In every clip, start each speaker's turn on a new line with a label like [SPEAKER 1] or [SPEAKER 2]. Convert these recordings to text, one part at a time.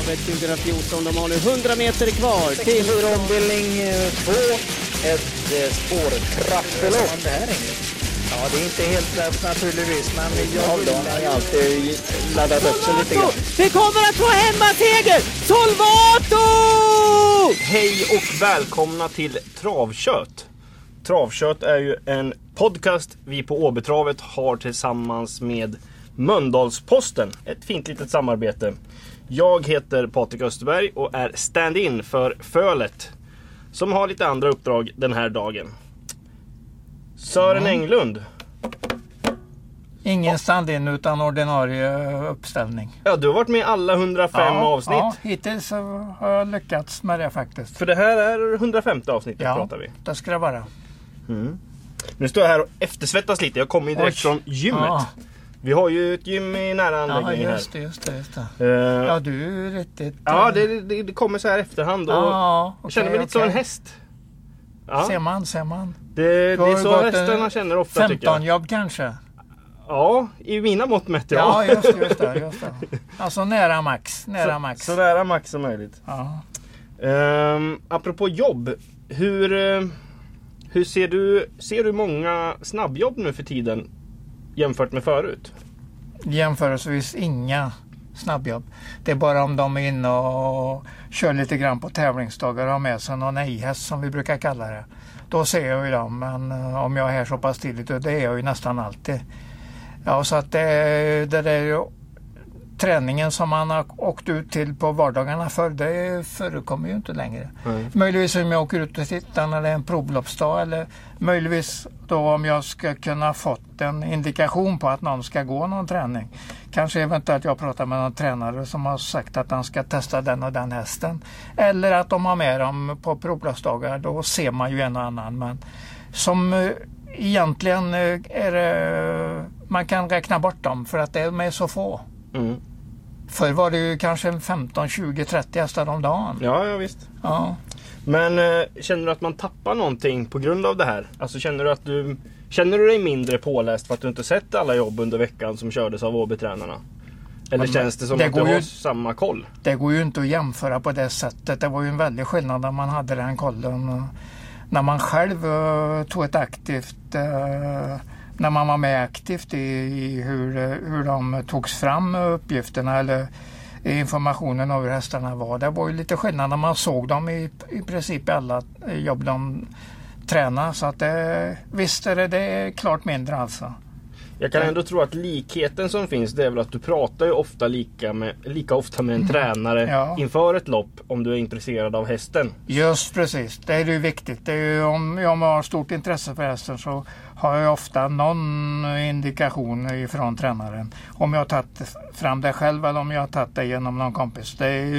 [SPEAKER 1] Travet 2014, de har nu 100 meter kvar till
[SPEAKER 2] ombildning 2, ett spårtrappelopp. Ja, det är inte helt lätt naturligtvis, men jag har alltid laddat upp sig lite grann.
[SPEAKER 1] Vi kommer att få hemmaseger! Solvato!
[SPEAKER 3] Hej och välkomna till Travkött. Travkött är ju en podcast vi på Åbytravet har tillsammans med Mölndalsposten. Ett fint litet samarbete. Jag heter Patrik Österberg och är stand-in för Fölet, som har lite andra uppdrag den här dagen. Sören Englund.
[SPEAKER 4] Ingen stand-in utan ordinarie uppställning.
[SPEAKER 3] Ja, du har varit med i alla 105 avsnitt.
[SPEAKER 4] Ja, hittills har jag lyckats med det faktiskt.
[SPEAKER 3] För det här är 150 avsnittet pratar vi.
[SPEAKER 4] Ja, det ska det vara.
[SPEAKER 3] Nu står jag här och eftersvettas lite. Jag kommer ju direkt från gymmet. Ja. Vi har ju ett gym i nära anläggningen här.
[SPEAKER 4] Ja, just det. Ja, du är riktigt...
[SPEAKER 3] Ja, det kommer så här efterhand. Och jag känner mig lite som en häst. Ja.
[SPEAKER 4] Ser man.
[SPEAKER 3] Det är så hästarna känner ofta,
[SPEAKER 4] 15
[SPEAKER 3] tycker jag.
[SPEAKER 4] jobb kanske?
[SPEAKER 3] Ja, i mina mått mätt,
[SPEAKER 4] ja. Ja, just det. Alltså nära max.
[SPEAKER 3] Så nära max som möjligt.
[SPEAKER 4] Ja.
[SPEAKER 3] Apropå jobb, hur ser du många snabbjobb nu för tiden jämfört med förut?
[SPEAKER 4] Jämförelsevis inga snabbjobb. Det är bara om de är inne och kör lite grann på tävlingsdagar och har med sig någon ejhäst som vi brukar kalla det. Då ser jag ju dem, men om jag är här så pass tidigt, och det är jag ju nästan alltid. Ja, så att det är ju träningen som man har åkt ut till på vardagarna för, det förekommer ju inte längre. Möjligtvis om jag åker ut och tittar när det är en provloppsdag, eller möjligtvis då om jag ska kunna fått en indikation på att någon ska gå någon träning. Kanske eventuellt jag pratar med någon tränare som har sagt att han ska testa den och den hästen. Eller att de har med dem på provloppsdagar, då ser man ju en och annan. Men som egentligen är det, man kan räkna bort dem för att de är så få. Förr var det ju kanske 15, 20, 30 hästar om dagen.
[SPEAKER 3] Ja, visst.
[SPEAKER 4] Ja.
[SPEAKER 3] Men känner du att man tappar någonting på grund av det här? Alltså känner du dig mindre påläst för att du inte sett alla jobb under veckan som kördes av Åbytränarna? Eller känns det som att du har samma koll? Det går ju inte att jämföra på det sättet. Det var ju en väldig skillnad när man hade den kollen. När man själv tog ett aktivt... när man var med aktivt i hur de togs fram uppgifterna eller informationen om hur hästarna var. Det var ju lite skillnad när man såg dem i princip i alla jobb de tränade. Så att visst är det klart mindre alltså. Jag kan ändå tro att likheten som finns, det är väl att du pratar ju ofta lika ofta med en tränare inför ett lopp om du är intresserad av hästen.
[SPEAKER 4] Just precis, det är ju viktigt. Det är ju, om jag har stort intresse för hästen så har jag ofta någon indikation ifrån tränaren. Om jag har tagit fram det själv eller om jag har tagit det genom någon kompis.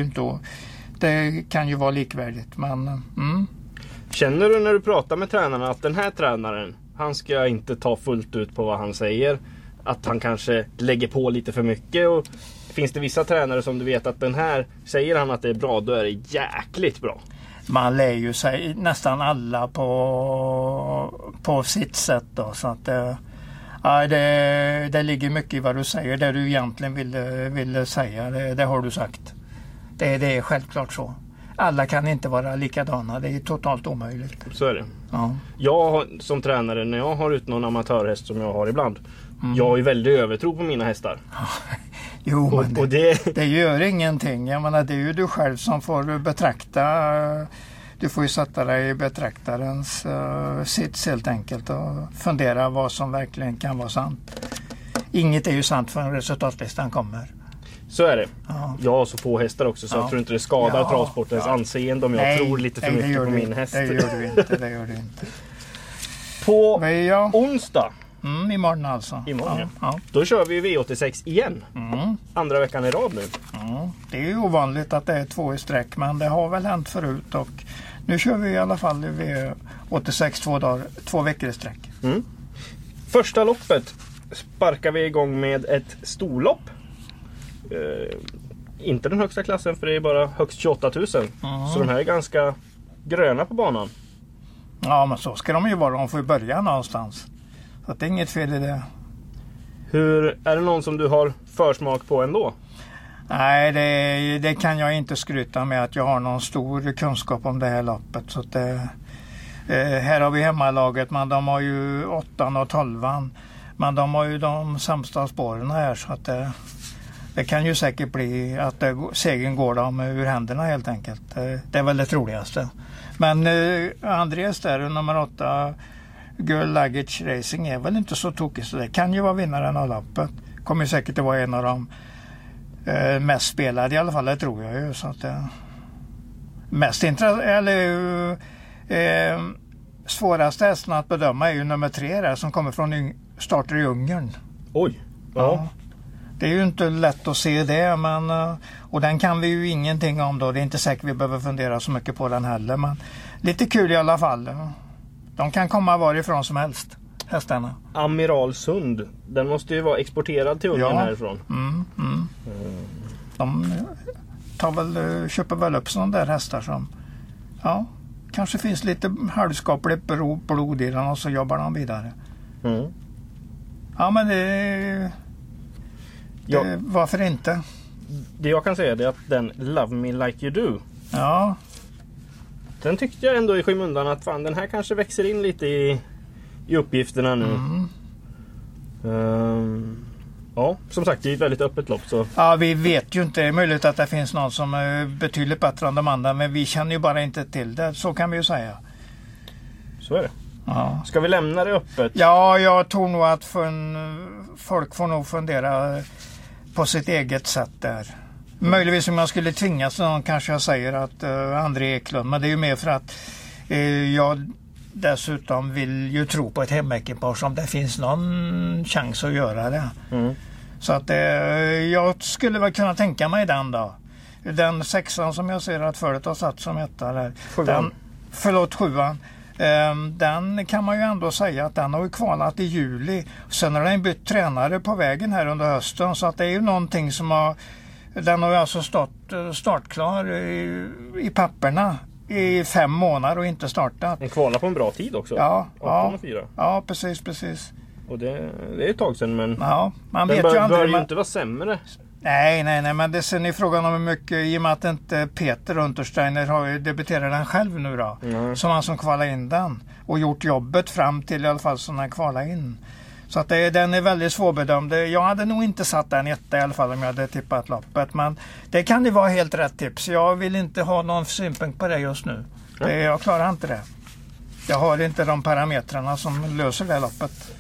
[SPEAKER 4] Det kan ju vara likvärdigt. Men,
[SPEAKER 3] Känner du när du pratar med tränarna att den här tränaren, han ska inte ta fullt ut på vad han säger? Att han kanske lägger på lite för mycket? Och finns det vissa tränare som du vet att den här, säger han att det är bra, då är det jäkligt bra?
[SPEAKER 4] Man lär ju sig nästan alla på sitt sätt då, så att det ligger mycket i vad du säger. Det du egentligen ville säga, det har du sagt. Det är självklart så. Alla kan inte vara likadana, det är totalt omöjligt.
[SPEAKER 3] Så är det.
[SPEAKER 4] Ja.
[SPEAKER 3] Jag som tränare, när jag har ut någon amatörhäst som jag har ibland, jag har ju väldigt övertro på mina hästar.
[SPEAKER 4] Jo, men det gör ingenting. Jag menar, det är ju du själv som får betrakta. Du får ju sätta dig i betraktarens sits helt enkelt och fundera vad som verkligen kan vara sant. Inget är ju sant förrän resultatlistan kommer.
[SPEAKER 3] Så är det.
[SPEAKER 4] Ja.
[SPEAKER 3] Jag har så få hästar också, så jag tror inte det skadar travsportens anseende om jag tror lite för mycket på min häst.
[SPEAKER 4] Det gör du inte.
[SPEAKER 3] På onsdag.
[SPEAKER 4] Imorgon alltså.
[SPEAKER 3] Imorgon, ja. Då kör vi V86 igen. Andra veckan i rad nu.
[SPEAKER 4] Det är ju ovanligt att det är 2 i sträck, men det har väl hänt förut. Och nu kör vi i alla fall V86 2 veckor i sträck.
[SPEAKER 3] Första loppet sparkar vi igång med ett storlopp. Inte den högsta klassen, för det är bara högst 28 000. Så de här är ganska gröna på banan.
[SPEAKER 4] Ja, men så ska de ju vara. De får ju börja någonstans. Så det är inget fel i det.
[SPEAKER 3] Är det någon som du har försmak på ändå?
[SPEAKER 4] Nej, det kan jag inte skryta med att jag har någon stor kunskap om det här loppet. Så att här har vi hemmalaget, men de har ju 8 och 12. Men de har ju de sämsta spåren här, så att det kan ju säkert bli att segern går dem ur händerna helt enkelt. Det är väl det troligaste. Men Andreas där, nummer 8, Girl Luggage Racing, är väl inte så tokig, så det kan ju vara vinnaren av loppet. Kommer säkert att vara en av de mest spelade i alla fall, det tror jag ju. Så att mest svåraste hästen att bedöma är ju nummer 3 där, som kommer från startar i Ungern.
[SPEAKER 3] Oj, ja.
[SPEAKER 4] Det är ju inte lätt att se det, men och den kan vi ju ingenting om då. Det är inte säkert vi behöver fundera så mycket på den heller, men lite kul i alla fall. De kan komma varifrån som helst, hästarna.
[SPEAKER 3] Amiral Sund, den måste ju vara exporterad till Ungern härifrån.
[SPEAKER 4] De köper väl upp sådana där hästar som kanske finns lite halvskapligt blod i den, och så jobbar de vidare. Ja, men varför inte?
[SPEAKER 3] Det jag kan säga är att den Love Me Like You Do, den tyckte jag ändå i skymundan att fan, den här kanske växer in lite i uppgifterna nu. Ja, som sagt, det är ett väldigt öppet lopp. Så.
[SPEAKER 4] Ja, vi vet ju inte. Det är möjligt att det finns någon som är betydligt bättre än de andra, men vi känner ju bara inte till det. Så kan vi ju säga.
[SPEAKER 3] Så är det.
[SPEAKER 4] Ja.
[SPEAKER 3] Ska vi lämna det öppet?
[SPEAKER 4] Ja, jag tror nog att folk får nog fundera på sitt eget sätt där. Möjligtvis om jag skulle tvingas någon, kanske jag säger att André Eklund, men det är ju mer för att jag dessutom vill ju tro på ett hemmaekipage om det finns någon chans att göra det. Så att jag skulle väl kunna tänka mig den då. Den 6an som jag ser att förut har satt som etta där. 7an. Den kan man ju ändå säga att den har ju kvalat i juli. Sen har den bytt tränare på vägen här under hösten, så att det är ju någonting som den har ju alltså stått startklar i papperna i 5 månader och inte startat.
[SPEAKER 3] Den kvalar på en bra tid också. 18,4.
[SPEAKER 4] Ja, precis.
[SPEAKER 3] Och det är ett tag sedan, men
[SPEAKER 4] man vet ju aldrig.
[SPEAKER 3] Bör ju inte vara sämre.
[SPEAKER 4] Nej, men det sen är frågan om hur mycket, i och med att inte Peter Untersteiner har ju debuterat den själv nu då. Som han som kvalar in den. Och gjort jobbet fram till i alla fall som den kvalar in. Så att den är väldigt svårbedömd. Jag hade nog inte satt den etta i alla fall om jag hade tippat loppet. Men det kan ju vara helt rätt tips. Jag vill inte ha någon synpunkt på det just nu. Jag klarar inte det. Jag har inte de parametrarna som löser det loppet.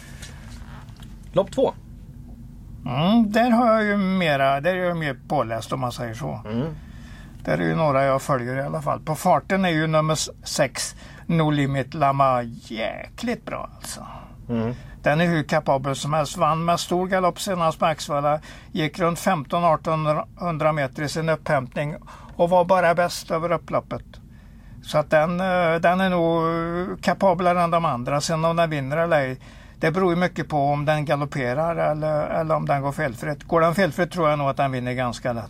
[SPEAKER 3] Lopp 2.
[SPEAKER 4] Där har jag ju där är jag mer påläst om man säger så. Där är ju några jag följer i alla fall. På farten är ju nummer 6 No Limit Lama jäkligt bra alltså. Den är hur kapabel som helst. Vann med stor galopp senast på Axvalla. Gick runt 15-1800 meter i sin upphämtning och var bara bäst över upploppet. Så att den är nog kapablare än de andra. Sen om den vinner eller ej, det beror ju mycket på om den galopperar eller om den går felfritt. Går den felfritt tror jag nog att den vinner ganska lätt.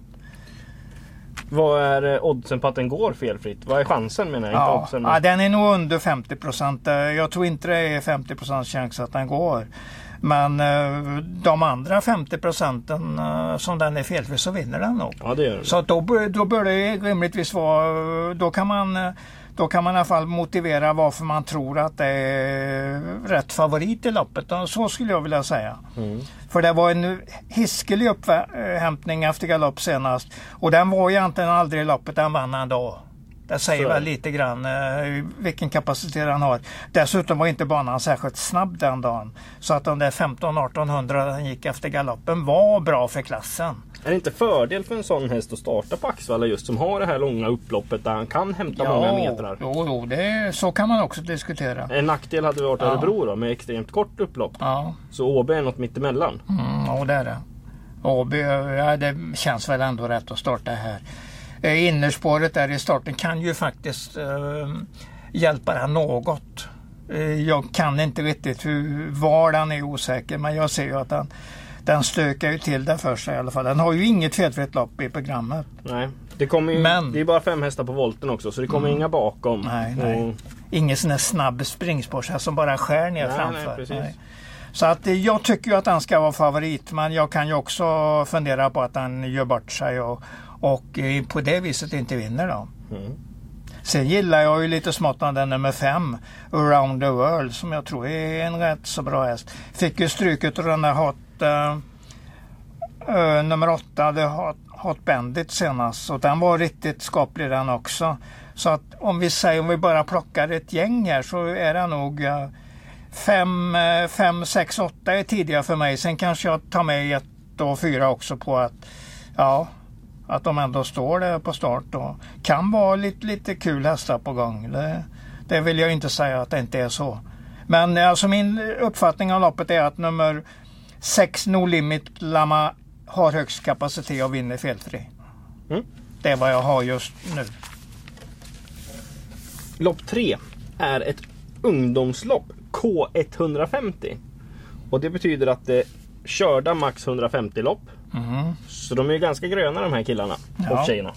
[SPEAKER 3] Vad är oddsen på att den går felfritt? Vad är chansen menar jag? Inte oddsen,
[SPEAKER 4] men... den är nog under 50%. Jag tror inte det är 50% chans att den går. Men de andra 50% som den är felfri, så vinner den nog.
[SPEAKER 3] Ja, det gör det.
[SPEAKER 4] Så då bör det rimligtvis vara... Då kan man i alla fall motivera varför man tror att det är rätt favorit i loppet. Så skulle jag vilja säga. För det var en hiskelig upphämtning efter galopp senast. Och den var egentligen aldrig i loppet, den vann han då. Det säger väl lite grann vilken kapacitet han har. Dessutom var inte banan särskilt snabb den dagen. Så att de där 15-1800 den gick efter galoppen var bra för klassen.
[SPEAKER 3] Är det inte fördel för en sån häst att starta på Axvalla just som har det här långa upploppet där han kan hämta många metrar?
[SPEAKER 4] Jo, så kan man också diskutera.
[SPEAKER 3] En nackdel hade varit Örebro då, med extremt kort upplopp. Så Åby är något mittemellan.
[SPEAKER 4] Ja, det är det. Åby, det känns väl ändå rätt att starta här. Innerspåret där i starten kan ju faktiskt hjälpa den något. Jag kan inte riktigt var den är osäker, men jag ser ju att den stökar ju till det för sig i alla fall. Den har ju inget felfritt lopp i programmet.
[SPEAKER 3] Nej, det kommer ju, det är bara 5 hästar på volten också, så det kommer inga bakom.
[SPEAKER 4] Nej. Ingen sån här snabb springspårs som bara skär ner framför.
[SPEAKER 3] Nej, precis.
[SPEAKER 4] Så att jag tycker ju att den ska vara favorit, men jag kan ju också fundera på att den gör bort sig och på det viset inte vinner då. Sen gillar jag ju lite smått den nummer 5, Around the World, som jag tror är en rätt så bra häst. Fick ju stryket och den där nummer 8, The Hot Bandit senast, och den var riktigt skaplig den också. Så att om vi bara plockar ett gäng här så är det nog 5, 6, 8 är tidiga för mig. Sen kanske jag tar med 1 och 4 också på att de ändå står där på start och kan vara lite kul hästar på gång. Det vill jag inte säga att det inte är så. Men alltså min uppfattning av loppet är att nummer 6 No Limit Lama har högst kapacitet och vinner felfri. Det är vad jag har just nu.
[SPEAKER 3] Lopp 3 är ett ungdomslopp, K150. Och det betyder att det körda max 150 lopp. Så de är ju ganska gröna de här killarna och tjejerna.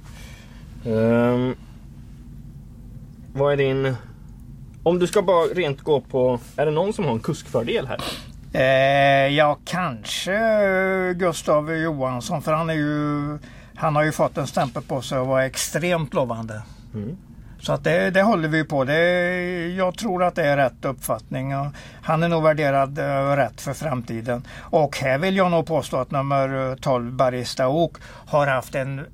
[SPEAKER 3] Vad är din... Om du ska bara rent gå på... Är det någon som har en kuskfördel här?
[SPEAKER 4] Ja, kanske Gustav Johansson, för han har ju fått en stämpel på sig och var extremt lovande. Så att det håller vi på. Jag tror att det är rätt uppfattning. Och han är nog värderad rätt för framtiden. Och här vill jag nog påstå att nummer 12 Barista Oak har haft en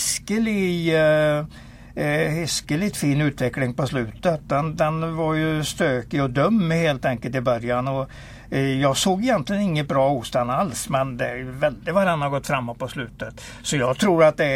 [SPEAKER 4] hiskeligt fin utveckling på slutet. Den var ju stökig och dum helt enkelt i början. Och jag såg egentligen inget bra ostan alls, men det är väldigt vad den har gått framåt på slutet. Så jag tror att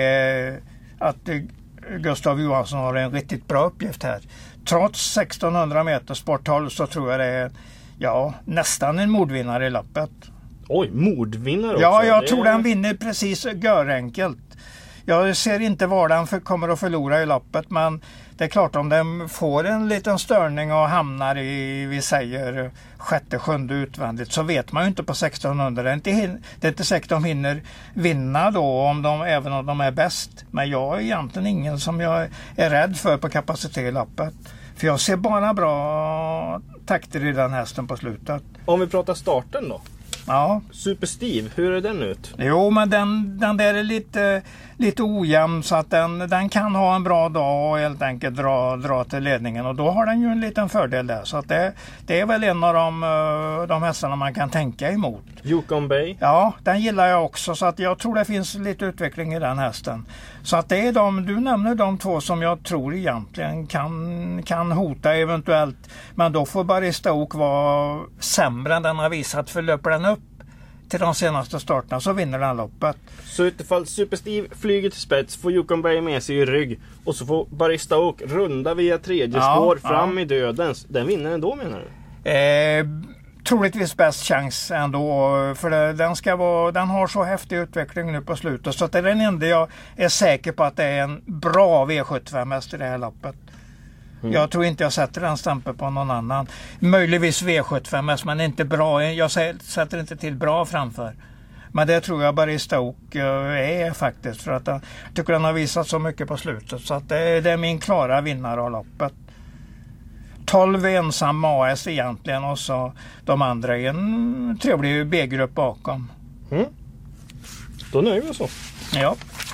[SPEAKER 4] Gustav Johansson har en riktigt bra uppgift här. Trots 1600 meter sporthåll så tror jag det är nästan en mordvinnare i loppet.
[SPEAKER 3] Oj, mordvinnare också?
[SPEAKER 4] Ja, jag tror den vinner precis görenkelt. Jag ser inte var den kommer att förlora i loppet, men det är klart om den får en liten störning och hamnar i, vi säger, 6-7 utvändigt, så vet man ju inte på 1600. Det är inte säkert de hinner vinna då, även om de är bäst. Men jag är egentligen ingen som jag är rädd för på kapacitet i loppet. För jag ser bara bra takter i den hästen på slutet.
[SPEAKER 3] Om vi pratar starten då?
[SPEAKER 4] Ja.
[SPEAKER 3] Super Steve, hur är den ut?
[SPEAKER 4] Jo, men den där är lite ojämn, så att den kan ha en bra dag och helt enkelt dra till ledningen, och då har den ju en liten fördel där. Så att det är väl en av de hästarna man kan tänka emot.
[SPEAKER 3] Yukon Bay?
[SPEAKER 4] Ja, den gillar jag också, så att jag tror det finns lite utveckling i den hästen. Så att det är du nämner de två som jag tror egentligen kan hota eventuellt, men då får Barista Oak vara sämre än den har visat, för löper den upp till de senaste starterna så vinner den loppet.
[SPEAKER 3] Så utifall Super Steve flyger till spets, får Yukon Bay med sig i rygg och så får Barista Oak runda via tredje spår fram i dödens. Den vinner ändå, menar du?
[SPEAKER 4] Troligtvis bäst chans ändå, för den har så häftig utveckling nu på slutet, så att det är den enda jag är säker på att det är en bra V75 i det här loppet. Jag tror inte jag sätter den stämpeln på någon annan. Möjligtvis V75, men inte bra. Jag sätter inte till bra framför. Men det tror jag Barista Oak är faktiskt, för att jag tycker den har visat så mycket på slutet. Så att det är min klara vinnare av loppet. 12 ensam AS egentligen, och så de andra är en trevlig B-grupp bakom.
[SPEAKER 3] Då nöjer vi oss så.
[SPEAKER 4] Ja.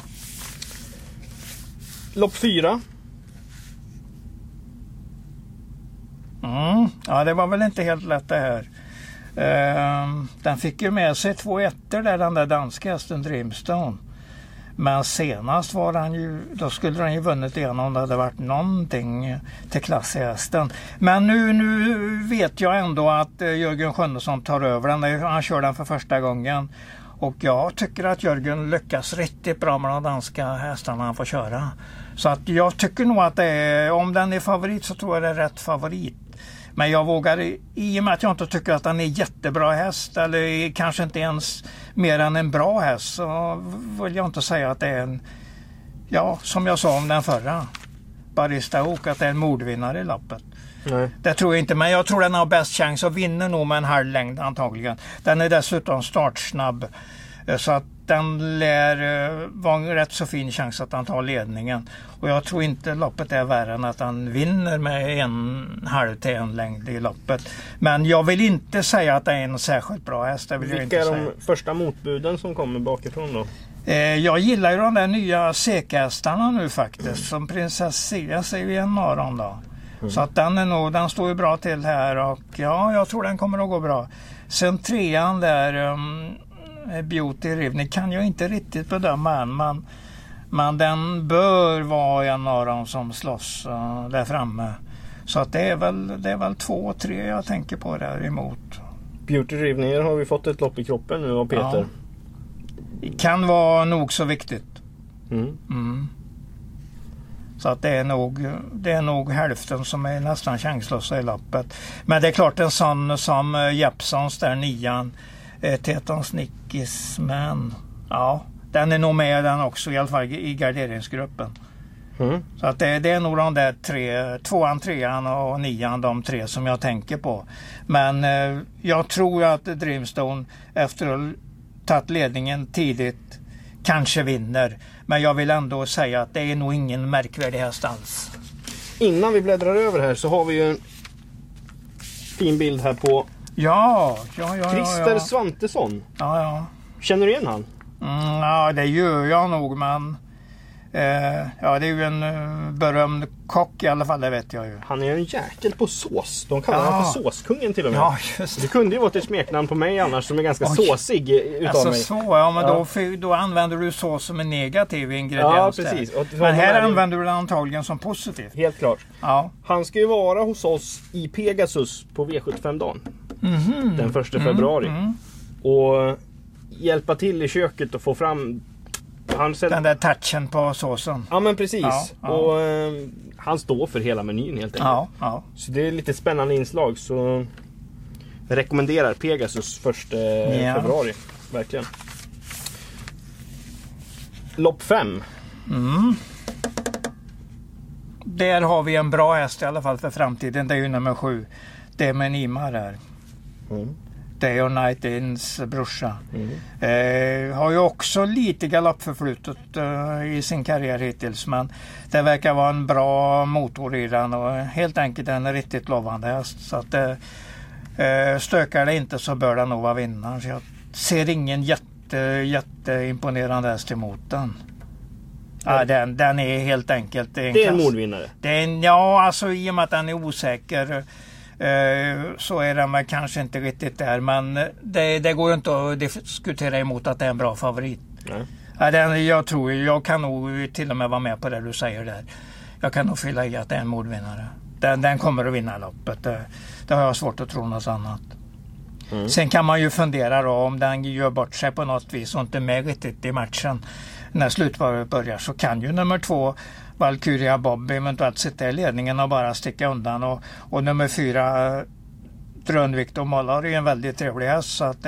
[SPEAKER 3] Lopp 4.
[SPEAKER 4] Ja, det var väl inte helt lätt det här. Den fick ju med sig 2 ettor där, den där danska hästen Dreamstone. Men senast då skulle den ju vunnit igen om det hade varit någonting till klass i hästen. Men nu vet jag ändå att Jörgen Sjönnesson tar över den. Han kör den för första gången. Och jag tycker att Jörgen lyckas riktigt bra med de danska hästarna han får köra. Så att jag tycker nog att om den är favorit så tror jag det är rätt favorit. Men jag vågar, i och med att jag inte tycker att den är jättebra häst, eller kanske inte ens mer än en bra häst, så vill jag inte säga att det är som jag sa om den förra Barista Oak, att det är en mordvinnare i loppet.
[SPEAKER 3] Nej.
[SPEAKER 4] Det tror jag inte, men jag tror den har bäst chans att vinna nog med en halv längd antagligen. Den är dessutom startsnabb, så att den lär vara en rätt så fin chans att han tar ledningen. Och jag tror inte loppet är värre än att han vinner med 1,5 till 1 längd i loppet. Men jag vill inte säga att det är en särskilt bra häst. Det vill jag inte
[SPEAKER 3] Vilka
[SPEAKER 4] säga.
[SPEAKER 3] är de första motbuden som kommer bakifrån då?
[SPEAKER 4] Jag gillar ju de där nya sekhästarna nu faktiskt. Som prinsessia ser vi en av dem då. Så att den står ju bra till här och ja, jag tror den kommer att gå bra. Sen 3:an där, Beauty Rivni kan jag inte riktigt bedöma än, men den bör vara en av dem som slåss där framme. Så att det är väl 2 och 3 jag tänker på där emot.
[SPEAKER 3] Beauty Rivni har vi fått ett lopp i kroppen nu av Peter.
[SPEAKER 4] Ja. Det kan vara nog så viktigt. Så att det är nog hälften som är nästan chanslösa i loppet. Men det är klart en sån som Jeppsons där 9:an, Tetons Nickisman. Ja, den är nog med den också i alla fall i garderingsgruppen. Så att det är nog de där 2:an, 3:an och 9:an, de 3 som jag tänker på. Men jag tror att Dreamstone efter att ha tagit ledningen tidigt kanske vinner. Men jag vill ändå säga att det är nog ingen märkvärdig häst alls.
[SPEAKER 3] Innan vi bläddrar över här så har vi ju en fin bild här på Christer Svantesson.
[SPEAKER 4] Ja.
[SPEAKER 3] Känner du igen han?
[SPEAKER 4] Ja, det gör jag nog, men ja, det är ju en berömd kock i alla fall, det vet jag ju.
[SPEAKER 3] Han är en jäkel på sås. De kallar honom för såskungen till och med.
[SPEAKER 4] Ja, just
[SPEAKER 3] det kunde ju vara ett smeknamn på mig annars som är ganska såsig utav
[SPEAKER 4] alltså,
[SPEAKER 3] mig.
[SPEAKER 4] Så, ja, men då använder du sås som en negativ ingrediens.
[SPEAKER 3] Ja, precis.
[SPEAKER 4] Men här använder du den antagligen som positiv.
[SPEAKER 3] Helt klart.
[SPEAKER 4] Ja.
[SPEAKER 3] Han ska ju vara hos oss i Pegasus på V75-dagen. Den 1 februari. Och hjälpa till i köket och få fram den
[SPEAKER 4] där touchen på såsen.
[SPEAKER 3] Ja, men precis.
[SPEAKER 4] Ja. Och
[SPEAKER 3] han står för hela menyn helt enkelt.
[SPEAKER 4] Ja.
[SPEAKER 3] Så det är lite spännande inslag. Så jag rekommenderar Pegasus 1 februari. Verkligen. Lopp 5.
[SPEAKER 4] Där har vi en bra häst i alla fall för framtiden. Det är ju nummer 7. Det är med Nima där. Day or Night Inns brorsa. Har ju också lite galoppförflutet i sin karriär hittills, men det verkar vara en bra motor i den och helt enkelt en riktigt lovande häst. Så att stökar det inte så bör den nog vara vinnaren. Så jag ser ingen jätteimponerande häst emot den. Ja, den är helt enkelt...
[SPEAKER 3] Det är en mordvinnare.
[SPEAKER 4] Alltså i och med att den är osäker så är den väl kanske inte riktigt där, men det går ju inte att diskutera emot att det är en bra favorit. Jag kan nog till och med vara med på det du säger där. Jag kan nog fylla i att det är en mordvinnare. Den kommer att vinna loppet. Det har jag svårt att tro något annat. Sen kan man ju fundera då, om den gör bort sig på något vis och inte med riktigt i matchen när slutvarvet börjar, så kan ju nummer 2 Valkyria Bob eventuellt sitta i ledningen och bara sticka undan, och nummer 4 Drönviktor Mollar är en väldigt trevlig häst, så att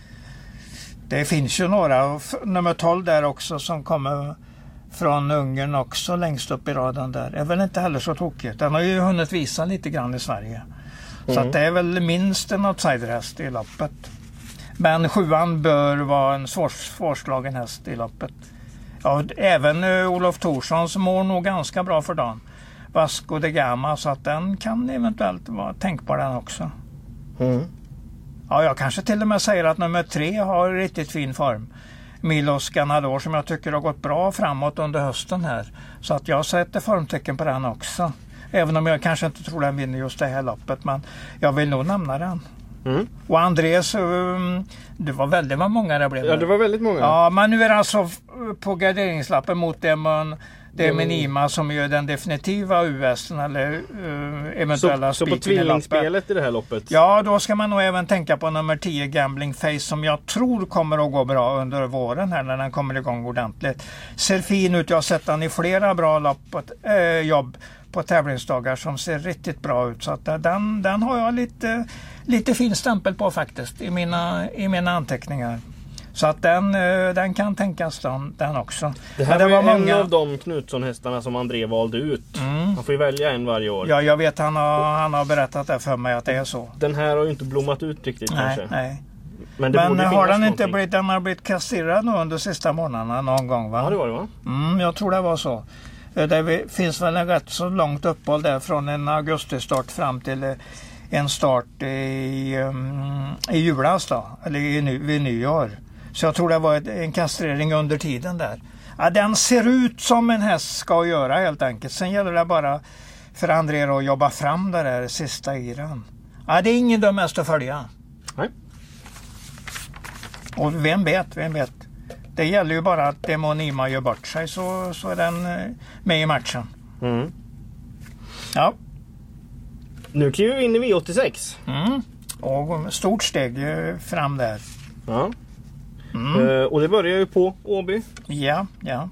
[SPEAKER 4] det finns ju några, och nummer 12 där också som kommer från Ungern också längst upp i raden där är väl inte heller så tokigt. Den har ju hunnit visa lite grann i Sverige. Så att det är väl minst en outsiderhäst i loppet. Men 7:an bör vara en svårslagen häst i loppet. Ja, även Olof Thorsson mår nog ganska bra för dagen. Vasco de Gama, så att den kan eventuellt vara tänkbar den också. Ja, jag kanske till och med säger att nummer 3 har riktigt fin form. Milos Ganador, som jag tycker har gått bra framåt under hösten här. Så att jag sätter formtecken på den också. Även om jag kanske inte tror den vinner just det här loppet, men jag vill nog nämna den. Och Andres, det var väldigt många det blev.
[SPEAKER 3] Ja, det var väldigt många.
[SPEAKER 4] Ja, men nu är det alltså på garderingslappen mot det med Nima som gör den definitiva US:en eller eventuella
[SPEAKER 3] så på tvillingspelet i det här loppet.
[SPEAKER 4] Ja, då ska man nog även tänka på nummer 10 Gambling Face, som jag tror kommer att gå bra under våren här när den kommer igång ordentligt. Ser fin ut, jag har sett den i flera bra jobb på tävlingsdagar som ser riktigt bra ut, så att den har jag lite fin stämpel på faktiskt i mina anteckningar. Så att den kan tänkas den också.
[SPEAKER 3] Det här var en av de Knutsson-hästarna som André valde ut. Man får ju välja en varje år.
[SPEAKER 4] Ja, jag vet, han har berättat det för mig att det är så.
[SPEAKER 3] Den här har ju inte blommat ut riktigt kanske.
[SPEAKER 4] Nej.
[SPEAKER 3] Men
[SPEAKER 4] har den inte blivit kastrerad nu under sista månaderna någon gång, va?
[SPEAKER 3] Ja, det var det, va?
[SPEAKER 4] Jag tror det var så. Det finns väl en rätt så långt uppehåll där från en augustistart fram till en start i julas då, eller vid nyår. Så jag tror det var en kastrering under tiden där. Ja, den ser ut som en häst ska göra helt enkelt. Sen gäller det bara för André att jobba fram det där sista i den. Ja, det är ingen dum häst att följa.
[SPEAKER 3] Nej.
[SPEAKER 4] Och vem vet. Det gäller ju bara att Demonima gör bort sig så är den med i matchen.
[SPEAKER 3] Mm.
[SPEAKER 4] Ja.
[SPEAKER 3] Nu kliver vi in i V86.
[SPEAKER 4] Och stort steg fram där.
[SPEAKER 3] Ja. Och det börjar ju på Åby.
[SPEAKER 4] Ja.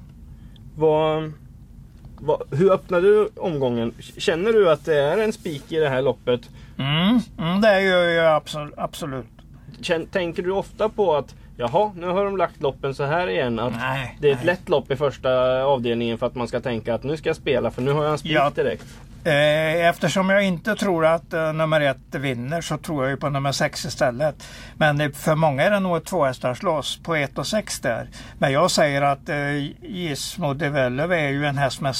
[SPEAKER 3] Hur öppnar du omgången? Känner du att det är en spik i det här loppet?
[SPEAKER 4] Det gör jag absolut.
[SPEAKER 3] Tänker du ofta på att jaha, nu har de lagt loppen så här igen, att det är ett lätt lopp i första avdelningen för att man ska tänka att nu ska jag spela för nu har jag en spik direkt?
[SPEAKER 4] Eftersom jag inte tror att nummer 1 vinner så tror jag ju på nummer 6 istället. Men för många är det nog ett 2-hästarslås på 1 och 6 där. Men jag säger att Gizmo Develop är ju en häst med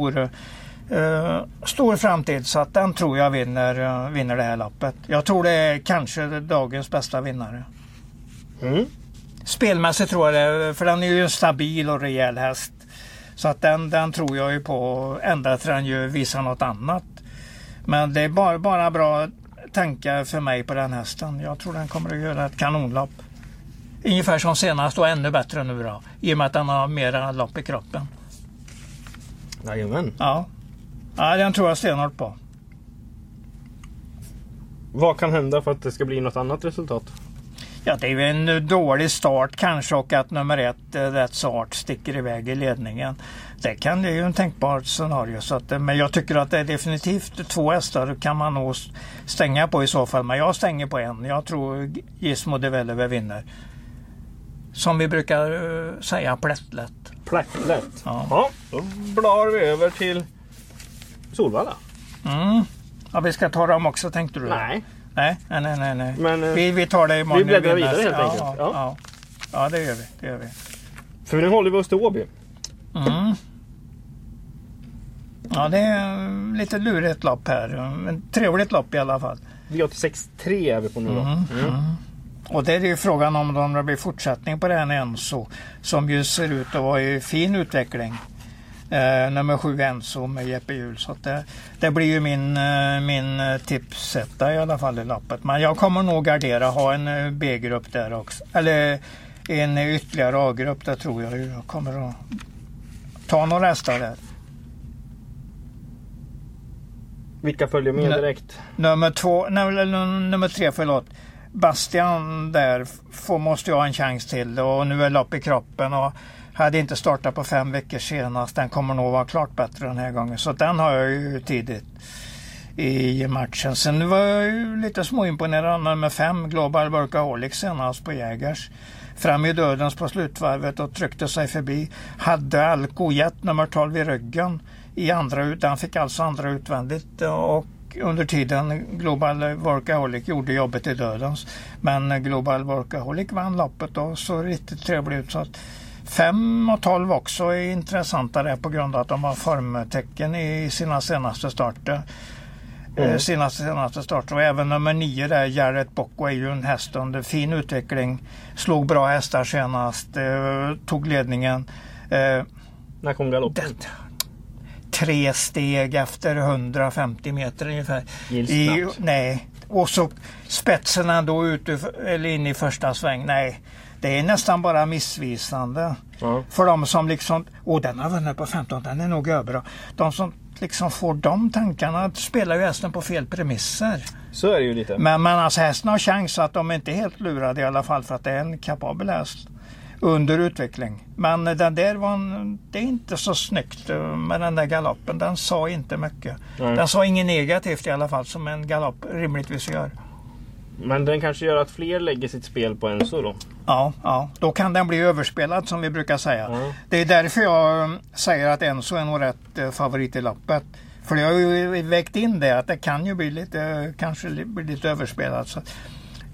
[SPEAKER 4] stor framtid, så att den tror jag vinner det här loppet. Jag tror det är kanske dagens bästa vinnare. Spelmässigt tror jag det, för den är ju en stabil och rejäl häst. Så att den tror jag ju på ända till den ju visar något annat. Men det är bara bra tankar för mig på den hästen. Jag tror den kommer att göra ett kanonlopp. Ungefär som senast och ännu bättre nu då. I och med att den har mera lopp i kroppen.
[SPEAKER 3] Jajamän.
[SPEAKER 4] Ja, den tror jag stenhårt på.
[SPEAKER 3] Vad kan hända för att det ska bli något annat resultat?
[SPEAKER 4] Ja, det är ju en dålig start kanske och att nummer 1 rätt så art sticker iväg i ledningen. Det är ju en tänkbar scenario. Så att, men jag tycker att det är definitivt 2 hästar kan man nog stänga på i så fall. Men jag stänger på en. Jag tror Gizmo Develop vinner. Som vi brukar säga, plättlätt.
[SPEAKER 3] Plättlätt? Ja, då blar vi över till Solvalla.
[SPEAKER 4] Ja, vi ska ta dem också, tänkte du?
[SPEAKER 3] Nej.
[SPEAKER 4] Nej. Men, vi tar det imorgon.
[SPEAKER 3] Vi bläddrar vidare helt enkelt.
[SPEAKER 4] Ja, det gör vi.
[SPEAKER 3] För nu håller vi oss till Åby.
[SPEAKER 4] Ja, det är lite lurigt lopp här. Men trevligt lopp i alla fall.
[SPEAKER 3] V86-3 är vi på nu då.
[SPEAKER 4] Och det är ju frågan om det blir fortsättning på den Enso, som ju ser ut att vara i fin utveckling. Nummer 7 Enso med Jeppe Hjul. Så att det blir ju min tipsetta i alla fall i loppet. Men jag kommer nog gardera, ha en B-grupp där också. Eller en ytterligare A-grupp, där tror jag kommer att ta några hästar där.
[SPEAKER 3] Vilka följer med direkt?
[SPEAKER 4] Nummer 3, förlåt. Bastian där måste jag ha en chans till. Och nu är lopp i kroppen och hade inte startat på 5 veckor senast. Den kommer nog vara klart bättre den här gången. Så den har jag ju tidigt i matchen. Sen var jag ju lite småimponerad med 5 Global Workaholic senast på Jägers. Fram i dödens på slutvarvet och tryckte sig förbi. Hade Alcojet nummer 12 i ryggen i andra ut. Den fick alltså andra utvändigt och under tiden Global Workaholic gjorde jobbet i dödens. Men Global Workaholic vann loppet och så riktigt trevligt ut. Så att 5 och 12 också är intressanta där på grund av att de har formtecken i sina senaste starter. Senaste starter. Och även nummer 9 där, Jared Bocco, är ju en häst under fin utveckling. Slog bra hästar senast. Tog ledningen.
[SPEAKER 3] När kom galoppen?
[SPEAKER 4] 3 steg efter 150 meter ungefär. Nej. Och så spetsen ändå eller in i första sväng. Nej. Det är nästan bara missvisande. För de som liksom, den har vunnit på 15, den är nog över. De som liksom får de tankarna spelar ju hästen på fel premisser.
[SPEAKER 3] Så är det ju lite.
[SPEAKER 4] Men alltså hästen har chans att de inte är helt lurade i alla fall, för att det är en kapabel häst under utveckling. Men den där det är inte så snyggt med den där galoppen. Den sa inte mycket. Nej. Den sa inget negativt i alla fall, som en galopp rimligtvis gör.
[SPEAKER 3] Men den kanske gör att fler lägger sitt spel på Enso då?
[SPEAKER 4] Ja, då kan den bli överspelad som vi brukar säga. Det är därför jag säger att Enso är nog rätt favorit i loppet. För jag har ju vägt in det att det kan ju bli lite överspelad. Så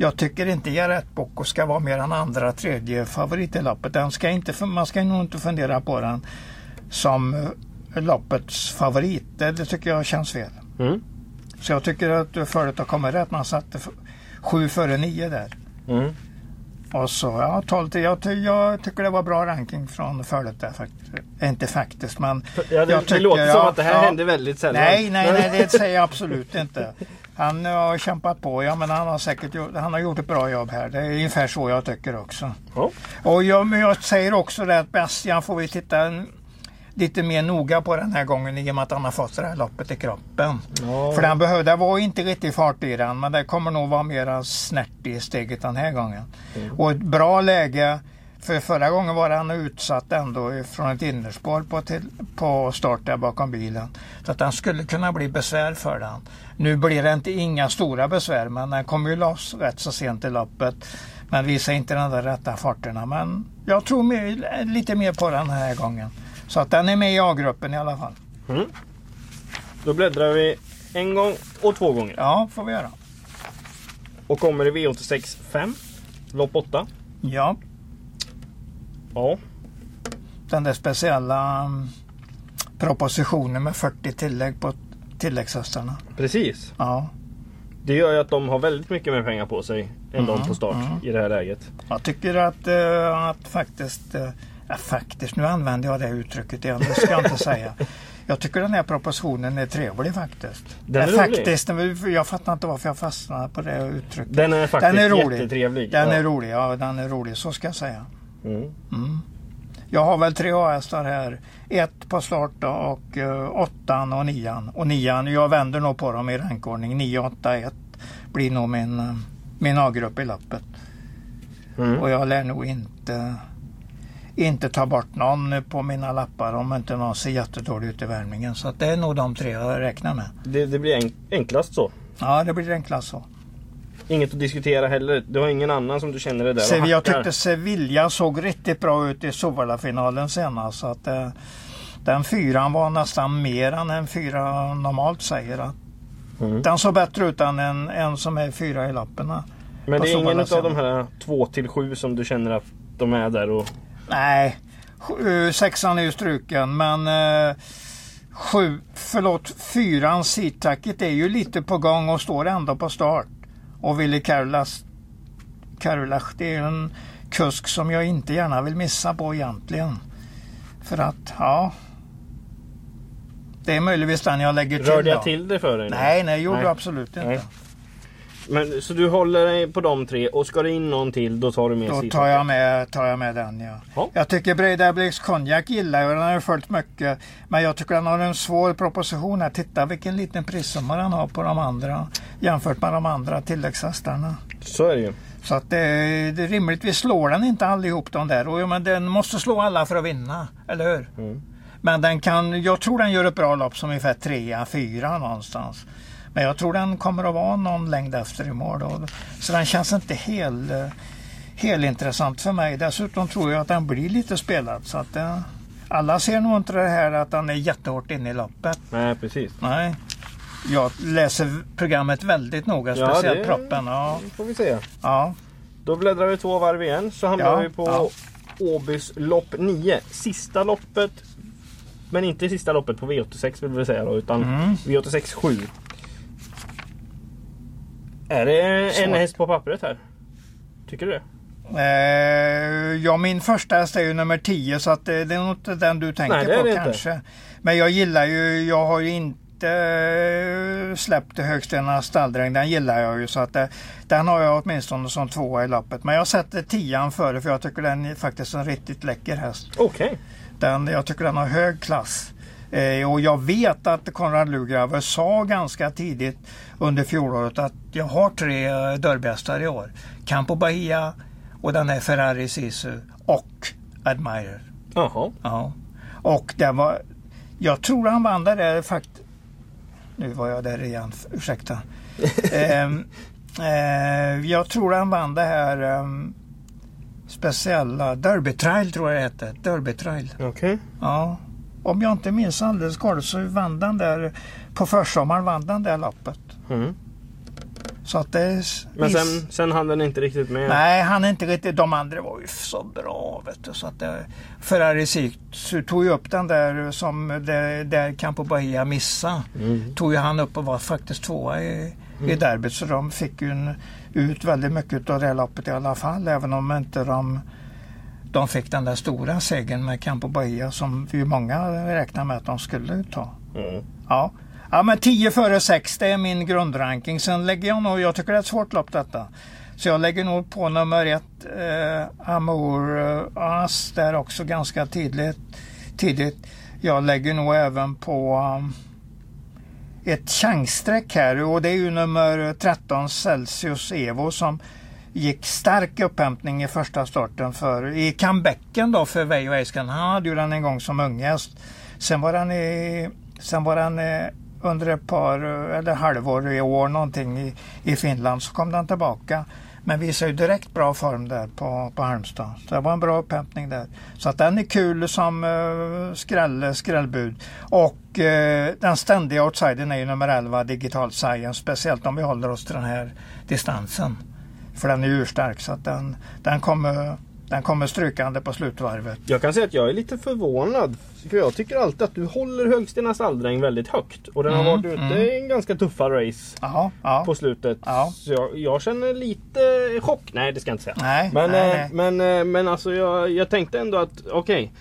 [SPEAKER 4] Jag tycker inte Jarrett Bocco ska vara mer än andra, tredje favorit i loppet. Man ska nog inte fundera på den som loppets favorit. Det tycker jag känns fel.
[SPEAKER 3] Mm.
[SPEAKER 4] Så jag tycker att förut har kommit rätt. Man satte 7 före 9 där.
[SPEAKER 3] Mm.
[SPEAKER 4] Och så, 12 till. Jag tycker det var bra ranking från förut där faktiskt. Inte faktiskt, men...
[SPEAKER 3] Ja, det låter som att det här händer väldigt sällan.
[SPEAKER 4] Nej, det säger jag absolut inte. Han har kämpat på, men han har gjort ett bra jobb här. Det är ungefär så jag tycker också.
[SPEAKER 3] Ja.
[SPEAKER 4] Och men jag säger också det att Bastian får vi titta lite mer noga på den här gången i och med att han har fått det här loppet i kroppen.
[SPEAKER 3] Ja.
[SPEAKER 4] För det var inte riktigt fart i den, men det kommer nog vara mera snärt i steget den här gången.
[SPEAKER 3] Mm.
[SPEAKER 4] Och ett bra läge, för förra gången var han utsatt ändå från ett innerspår på start där bakom bilen. Så att den skulle kunna bli besvär för den. Nu blir det inga stora besvär, men den kommer ju loss rätt så sent i loppet. Men visar inte den där rätta farterna. Men jag tror lite mer på den här gången. Så att den är med i A-gruppen i alla fall.
[SPEAKER 3] Mm. Då bläddrar vi en gång och 2 gånger.
[SPEAKER 4] Ja, får vi göra.
[SPEAKER 3] Och kommer i V86 5. Lopp 8.
[SPEAKER 4] Ja.
[SPEAKER 3] Ja.
[SPEAKER 4] Den där speciella propositionen med 40 tillägg på tilläggshästarna.
[SPEAKER 3] Precis.
[SPEAKER 4] Ja.
[SPEAKER 3] Det gör ju att de har väldigt mycket mer pengar på sig än de på start i det här läget.
[SPEAKER 4] Jag tycker att faktiskt, nu använder jag det uttrycket igen, det ska jag inte säga. Jag tycker den här propositionen är trevlig faktiskt.
[SPEAKER 3] Den är
[SPEAKER 4] faktiskt, jag fattar inte varför jag fastnar på det uttrycket.
[SPEAKER 3] Den är faktiskt jättetrevlig.
[SPEAKER 4] Den är rolig, så ska jag säga.
[SPEAKER 3] Mm.
[SPEAKER 4] Jag har väl 3 A-hästar här. 1 på start då, och 8 och 9. Och 9, jag vänder nog på dem i rankordning. 9, 8, 1 blir nog min A-grupp i loppet. Och jag lär nog inte ta bort någon på mina lappar om inte någon ser jättedålig ut i värmningen. Så att det är nog de 3 jag räknar med.
[SPEAKER 3] Det blir enklast så.
[SPEAKER 4] Ja, det blir enklast så.
[SPEAKER 3] Inget att diskutera heller. Du har ingen annan som du känner det där.
[SPEAKER 4] Jag tyckte Sevilla såg riktigt bra ut i Sovalla-finalen senast. Så att den 4 var nästan mer än en 4 normalt säger. Den såg bättre ut än en som är 4 i lapparna.
[SPEAKER 3] Men det är ingen av de här 2-7 som du känner att de är där och...
[SPEAKER 4] Nej, 6an är ju struken, men 4an Seatacket är ju lite på gång och står ändå på start. Och Willy Karulach, det är en kusk som jag inte gärna vill missa på egentligen. För att, det är möjligtvis den jag lägger till.
[SPEAKER 3] Rörde jag till det för dig?
[SPEAKER 4] Nej, gjorde jag absolut inte.
[SPEAKER 3] Nej. Men, så du håller dig på de 3 och ska det in någon till då tar du med
[SPEAKER 4] Då tar jag med den, ja. Jag tycker Breda Blix Konjak gillar jag, den har jag följt mycket. Men jag tycker den har en svår proposition här. Titta vilken liten prissumma den har på de andra jämfört med de andra tilläggshästarna.
[SPEAKER 3] Så är det ju.
[SPEAKER 4] Så att det rimligtvis slår den inte allihop de där. Men den måste slå alla för att vinna, eller hur? Men jag tror den gör ett bra lopp som ungefär 3-4 någonstans. Men jag tror den kommer att vara någon längd efter i mål. Så den känns inte helt intressant för mig. Dessutom tror jag att den blir lite spelad. Så att alla ser nog inte det här att den är jättehårt inne i loppet.
[SPEAKER 3] Nej, precis.
[SPEAKER 4] Nej. Jag läser programmet väldigt noga, speciellt proppen. Ja,
[SPEAKER 3] det får vi se.
[SPEAKER 4] Ja.
[SPEAKER 3] Då bläddrar vi 2 varv igen så hamnar vi på Åbys lopp 9. Sista loppet, men inte sista loppet på V86 vill vi säga då, utan V86 7. Är det en häst på pappret här? Tycker du det?
[SPEAKER 4] Min första häst är ju nummer 10 så att det är nog inte den du tänker på kanske. Inte. Men jag gillar ju, jag har ju inte släppt Högstena Stalldräng, den gillar jag ju så att den har jag åtminstone som 2 i loppet. Men jag sätter 10an före för jag tycker den är faktiskt en riktigt läcker häst.
[SPEAKER 3] Okej.
[SPEAKER 4] Jag tycker den har hög klass. Och jag vet att Konrad Lugraver sa ganska tidigt under fjolåret att jag har 3 derbyhästar i år. Campo Bahia och den här Ferrari Sisu och Admirer.
[SPEAKER 3] Jaha.
[SPEAKER 4] Ja. Och jag tror han vann där faktiskt. Nu var jag där igen, ursäkta. Jag tror han vann det här speciella Derby Trail tror jag det heter. Derby Trail.
[SPEAKER 3] Okej.
[SPEAKER 4] Ja. Om jag inte minns alldeles galet så vann den där på försommaren vann den där loppet. Så att det
[SPEAKER 3] men sen hann den inte riktigt med.
[SPEAKER 4] Nej, han är inte riktigt. De andra var ju så bra, vet du, så att Ferrari så tog ju upp den där som där Campo Bahia missade. Tog ju han upp och var faktiskt tvåa i derbyt, så de fick ju ut väldigt mycket av det loppet i alla fall, även om inte de fick den där stora segern med Campo Bahia som vi många räknar med att de skulle ta. Ja, men 10 före 6, det är min grundranking. Sen lägger jag nog, jag tycker det är ett svårt lopp detta. Så jag lägger nog på nummer 1, Amour As, där också ganska tidigt. Jag lägger nog även på ett chanssträck här, och det är ju nummer 13 Celsius Evo som gick stark upphämtning i första starten i comebacken då för Veijo Eiskan. Han hade ju den en gång som unghäst. Sen var han under ett par eller halvår i år någonting i Finland, så kom den tillbaka. Men visar ju direkt bra form där på Halmstad. Så det var en bra upphämtning där. Så att den är kul som skrällbud. Och den ständiga outsidern är ju nummer 11 Digital Science. Speciellt om vi håller oss till den här distansen. För den är ju stark, så att den kommer strykande på slutvarvet.
[SPEAKER 3] Jag kan säga att jag är lite förvånad. För jag tycker alltid att du håller Högstenas Aldräng väldigt högt. Och den har varit ute i en ganska tuffa race på slutet. Ja. Så jag känner lite chock. Nej, det ska jag inte säga. Nej. Men alltså jag tänkte ändå att okej.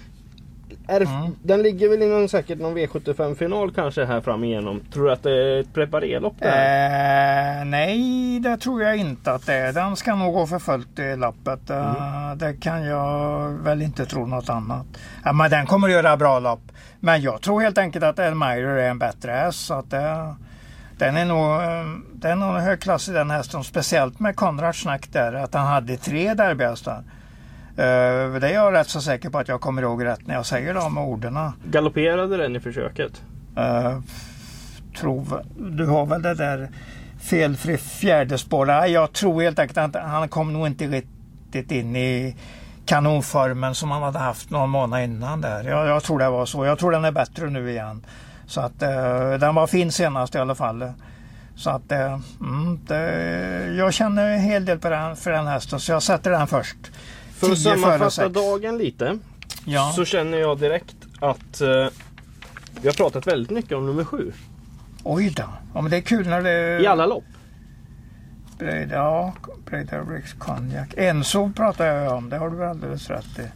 [SPEAKER 3] Den ligger väl i säkert någon V75-final kanske här fram igenom. Tror du att det är ett preparerlopp där?
[SPEAKER 4] Nej, det tror jag inte att det är. Den ska nog gå för fullt i loppet. Det kan jag väl inte tro något annat. Ja, men den kommer att göra bra lopp. Men jag tror helt enkelt att Elmire är en bättre häst. Så att den är nog högklass i den hästen. Speciellt med Konrads snack där. Att han hade 3 derbyhästar. Det är jag rätt så säker på att jag kommer ihåg rätt när jag säger de orden.
[SPEAKER 3] Galopperade den i försöket?
[SPEAKER 4] Du har väl det där felfri fjärde spår. Jag tror helt enkelt att han kom nog inte riktigt in i kanonformen som han hade haft någon månad innan där. Jag tror det var så. Jag tror den är bättre nu igen. Så att den var fin senast i alla fall. Så att jag känner en hel del för den hästen, så jag sätter den först.
[SPEAKER 3] För att sammanfatta dagen lite, så känner jag direkt att vi har pratat väldigt mycket om nummer 7.
[SPEAKER 4] Oj då. Ja, men det är kul när det...
[SPEAKER 3] I alla lopp.
[SPEAKER 4] Breda Bricks Cognac. Enso pratar jag om, det har du alldeles rätt i.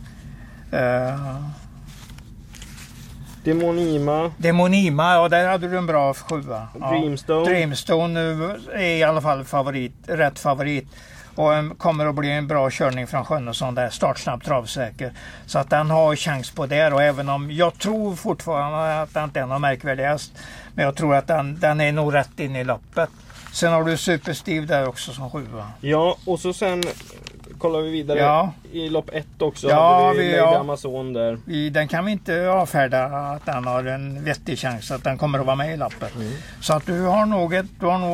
[SPEAKER 4] Demonima, ja, där hade du en bra 7. Dreamstone är i alla fall rätt favorit. Och kommer att bli en bra körning från Sjönnesson där, startsnabb, travsäker. Så att den har chans på det. Och även om jag tror fortfarande att den inte är någon märkvärdig häst, men jag tror att den är nog rätt in i loppet. Sen har du Superstiv där också som 7.
[SPEAKER 3] Ja, och så sen kollar vi vidare i lopp 1 också. Hade vi Amazon där.
[SPEAKER 4] Den kan vi inte avfärda att den har en vettig chans att den kommer att vara med i loppet. Så att du har nog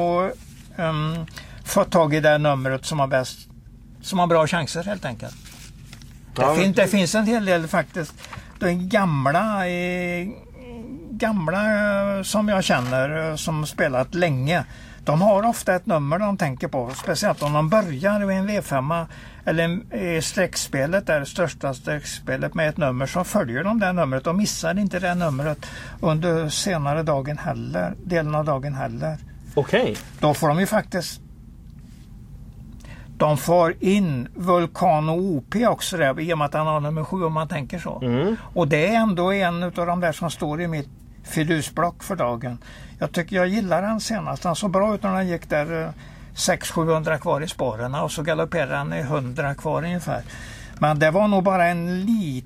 [SPEAKER 4] fått tag i det numret som har bra chanser helt enkelt. Det finns en hel del faktiskt. De gamla som jag känner som spelat länge. De har ofta ett nummer de tänker på. Speciellt om de börjar i en V5 eller i streckspelet, där största streckspelet med ett nummer, så följer de det numret och missar inte det numret under senare delen av dagen heller.
[SPEAKER 3] Okej.
[SPEAKER 4] Då får de ju faktiskt de får in Vulcano OP också där, i och med att han har nummer 7 om man tänker så. Och det är ändå en av de där som står i mitt fidusblock för dagen. Jag gillar den senast. Han såg bra ut när han gick där 600-700 kvar i spåren och så galopperade han i 100 kvar ungefär. Men det var nog bara en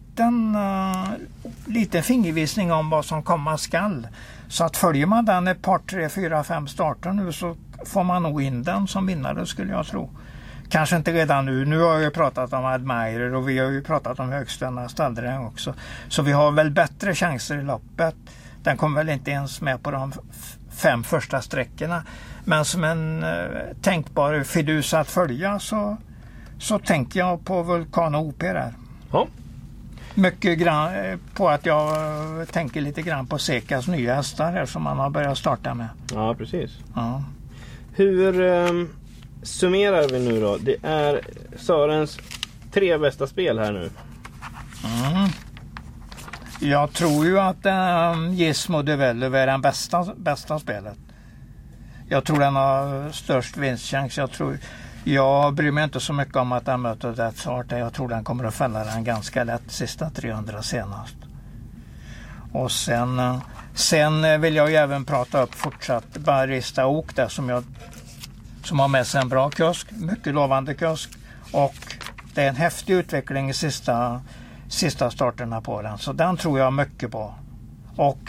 [SPEAKER 4] liten fingervisning om vad som komma skall. Så att följer man den ett par, 3, 4, 5 starter nu, så får man nog in den som vinnare, skulle jag tro. Kanske inte redan nu. Nu har jag ju pratat om Admire och vi har ju pratat om Högstenas Aldräng också. Så vi har väl bättre chanser i loppet. Den kommer väl inte ens med på de 5 första sträckorna. Men som en tänkbar fidus att följa så tänker jag på Vulcano OP där.
[SPEAKER 3] Ja.
[SPEAKER 4] Mycket grann på att jag tänker lite grann på Sekas nya hästar här som man har börjat starta med.
[SPEAKER 3] Ja, precis.
[SPEAKER 4] Ja.
[SPEAKER 3] Hur summerar vi nu då? Det är Sörens 3 bästa spel här nu.
[SPEAKER 4] Jag tror ju att Gizmo Develop är den bästa spelet. Jag tror den har störst vinstchans. Jag bryr mig inte så mycket om att den möter Death's Heart. Jag tror den kommer att fälla den ganska lätt sista 300 senast. Och sen vill jag ju även prata upp fortsatt Barista Oak där som har med sig en bra kusk, mycket lovande kusk, och det är en häftig utveckling i sista starterna på den, så den tror jag mycket på. Och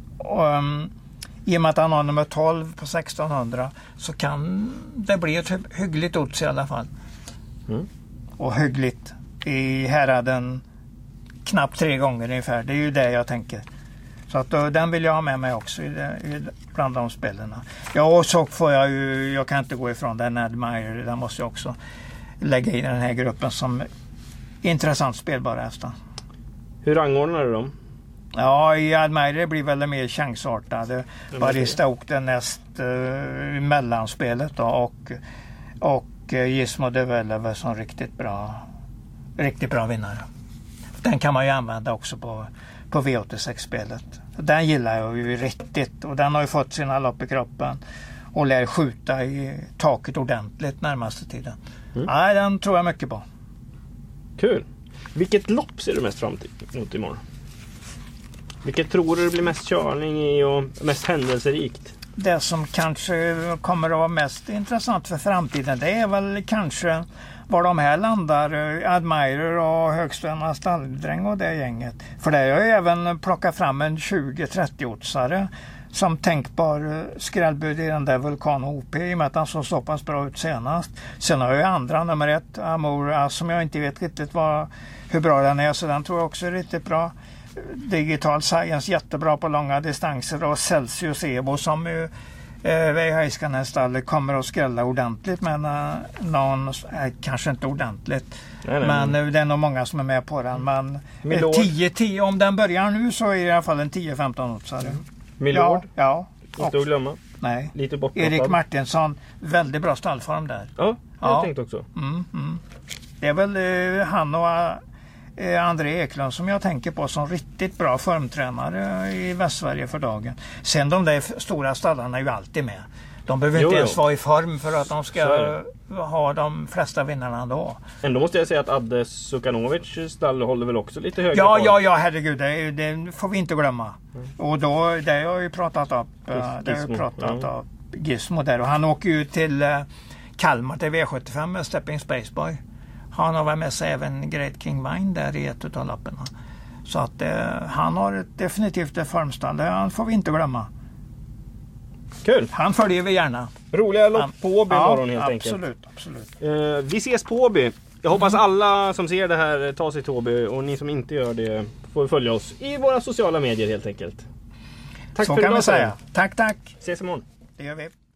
[SPEAKER 4] i och med att han har nummer 12 på 1600 så kan det bli ett hyggligt odds i alla fall. Och hyggligt i häraden knappt 3 gånger ungefär, det är ju det jag tänker. Så att den vill jag ha med mig också bland de spelarna. Ja, och så får jag kan inte gå ifrån den Admire, den måste jag också lägga i den här gruppen som intressant spelbara hästar.
[SPEAKER 3] Hur rangordnar du dem?
[SPEAKER 4] Ja, i Admire blir väl mer chansartade. Barista Oak det näst mellanspelet då, och Gizmo Develop som riktigt bra vinnare. Den kan man ju använda också på V86-spelet. Den gillar jag ju riktigt, och den har ju fått sina lopp i kroppen och lär skjuta i taket ordentligt närmaste tiden. Nej, den tror jag mycket på.
[SPEAKER 3] Kul. Vilket lopp ser du mest fram emot imorgon? Vilket tror du det blir mest körning i och mest händelserikt?
[SPEAKER 4] Det som kanske kommer att vara mest intressant för framtiden, det är väl kanske var de här landar, Admire och Högströmma Stalldräng och det gänget. För det har jag ju även plockat fram en 20-30-åtsare som tänkbar skrällbud i den där Vulkan OP i och med att han såg så pass bra ut senast. Sen har jag ju andra, nummer 1 Amor, som jag inte vet riktigt hur bra den är, så den tror jag också är riktigt bra. Digital Science jättebra på långa distanser, och Celsius Evo som ju Väghajskan nästan kommer att skrälla ordentligt, men någon kanske inte ordentligt. Nej. Men det är nog många som är med på den. Men 10-10, om den börjar nu så är det i alla fall en 10-15-åtsare.
[SPEAKER 3] Milord?
[SPEAKER 4] Ja.
[SPEAKER 3] Inte att glömma.
[SPEAKER 4] Nej.
[SPEAKER 3] Lite
[SPEAKER 4] Erik Martinsson, väldigt bra stallform där.
[SPEAKER 3] Ja, jag tänkte också.
[SPEAKER 4] Det är väl han och André Eklund som jag tänker på som riktigt bra formtränare i Västsverige för dagen. Sen de där stora stallarna är ju alltid med. De behöver inte ens vara i form för att de ska ha de flesta vinnarna då.
[SPEAKER 3] Ändå måste jag säga att Adde Sukanovic stall håller väl också lite högre
[SPEAKER 4] form. Ja, herregud, det får vi inte glömma. Och då, det har jag ju pratat upp. Gizmo där. Och han åker ju till Kalmar till V75 med Stepping Spaceboy. Han har varit med sig även Great King Vine där i ett av lapparna. Så att han har definitivt ett formstall. Det han får vi inte glömma.
[SPEAKER 3] Kul.
[SPEAKER 4] Han följer vi gärna.
[SPEAKER 3] Roliga lopp på Åby imorgon helt
[SPEAKER 4] absolut,
[SPEAKER 3] enkelt.
[SPEAKER 4] Absolut.
[SPEAKER 3] Vi ses på Åby. Jag hoppas alla som ser det här tar sig till Åby, och ni som inte gör det får följa oss i våra sociala medier helt enkelt. Tack
[SPEAKER 4] så
[SPEAKER 3] för
[SPEAKER 4] kan
[SPEAKER 3] idag,
[SPEAKER 4] vi säga. Tack.
[SPEAKER 3] Ses imorgon.
[SPEAKER 4] Det gör vi.